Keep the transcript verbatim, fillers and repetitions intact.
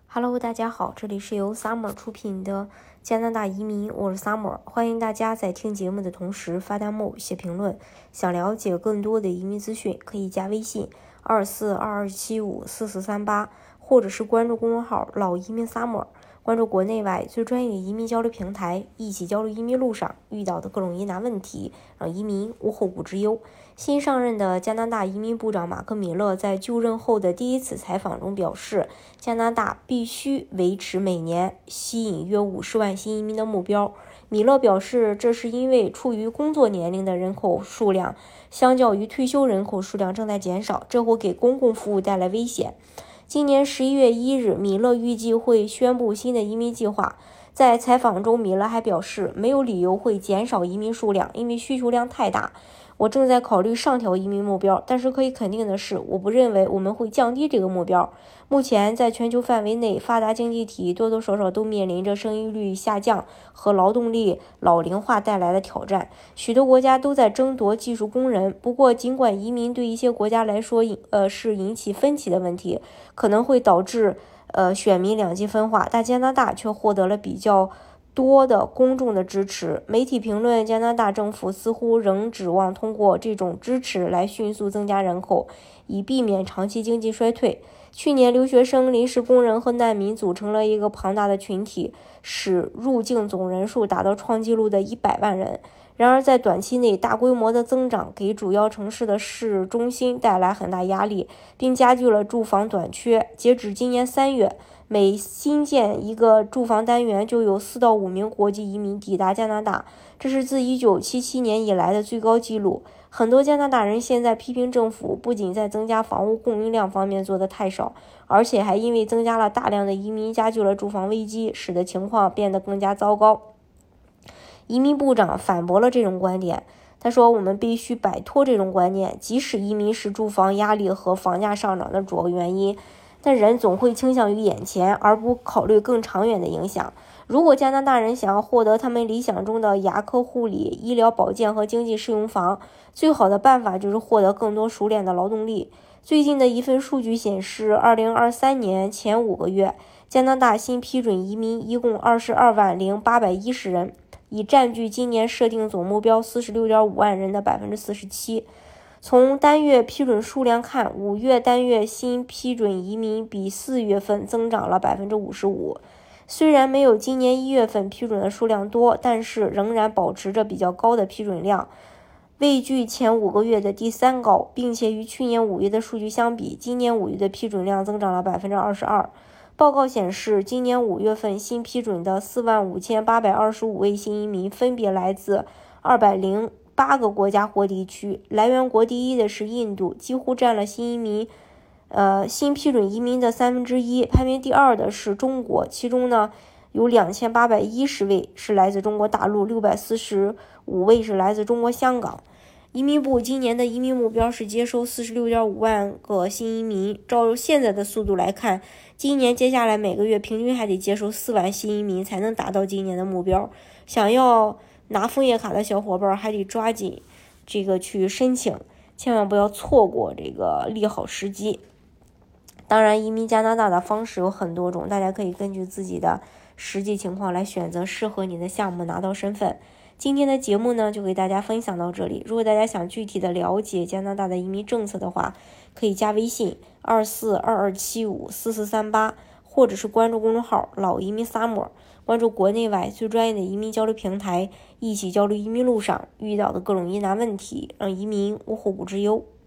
Hello， 大家好，这里是由 Summer 出品的加拿大移民，我是 Summer， 欢迎大家在听节目的同时发弹幕、写评论。想了解更多的移民资讯，可以加微信二四二二七五四四三八，或者是关注公众号老移民 Summer， 关注国内外最专业的移民交流平台，一起交流移民路上遇到的各种疑难问题，让移民无后顾之忧。新上任的加拿大移民部长马克·米勒在就任后的第一次采访中表示，加拿大必须维持每年吸引约五十万新移民的目标。米勒表示，这是因为处于工作年龄的人口数量相较于退休人口数量正在减少，这会给公共服务带来危险。今年十一月一日，米勒预计会宣布新的移民计划。在采访中，米勒还表示，没有理由会减少移民数量，因为需求量太大。我正在考虑上调移民目标，但是可以肯定的是，我不认为我们会降低这个目标。目前，在全球范围内，发达经济体多多少少都面临着生育率下降和劳动力老龄化带来的挑战。许多国家都在争夺技术工人。不过，尽管移民对一些国家来说，呃，是引起分歧的问题，可能会导致呃选民两极分化，但加拿大却获得了比较多的公众的支持。媒体评论，加拿大政府似乎仍指望通过这种支持来迅速增加人口，以避免长期经济衰退。去年，留学生、临时工人和难民组成了一个庞大的群体，使入境总人数达到创纪录的一百万人。然而，在短期内，大规模的增长给主要城市的市中心带来很大压力，并加剧了住房短缺。截止今年三月，每新建一个住房单元就有四到五名国际移民抵达加拿大，这是自一九七七年以来的最高纪录。很多加拿大人现在批评政府不仅在增加房屋供应量方面做得太少，而且还因为增加了大量的移民，加剧了住房危机，使得情况变得更加糟糕。移民部长反驳了这种观点，他说，我们必须摆脱这种观念，即使移民是住房压力和房价上涨的主要原因，但人总会倾向于眼前，而不考虑更长远的影响。如果加拿大人想要获得他们理想中的牙科护理、医疗保健和经济适用房，最好的办法就是获得更多熟练的劳动力。最近的一份数据显示，二零二三年前五个月，加拿大新批准移民一共二十二万零八百一十人，已占据今年设定总目标四十六点五万人的百分之四十七。从单月批准数量看，五月单月新批准移民比四月份增长了百分之五十五。虽然没有今年一月份批准的数量多，但是仍然保持着比较高的批准量，位居前五个月的第三高，并且与去年五月的数据相比，今年五月的批准量增长了百分之二十二。报告显示，今年五月份新批准的四万五千八百二十五位新移民分别来自二百零八个国家或地区，来源国第一的是印度，几乎占了新移民呃新批准移民的三分之一。排名第二的是中国，其中呢有两千八百一十位是来自中国大陆，六百四十五位是来自中国香港。移民部今年的移民目标是接收四十六点五万个新移民，照现在的速度来看，今年接下来每个月平均还得接收四万新移民才能达到今年的目标。想要拿枫叶卡的小伙伴还得抓紧这个去申请，千万不要错过这个利好时机。当然，移民加拿大的方式有很多种，大家可以根据自己的实际情况来选择适合你的项目，拿到身份。今天的节目呢，就给大家分享到这里。如果大家想具体的了解加拿大的移民政策的话，可以加微信二四二二七五四四三八，或者是关注公众号老移民 Summer， 关注国内外最专业的移民交流平台，一起交流移民路上遇到的各种疑难问题，让移民无后顾之忧。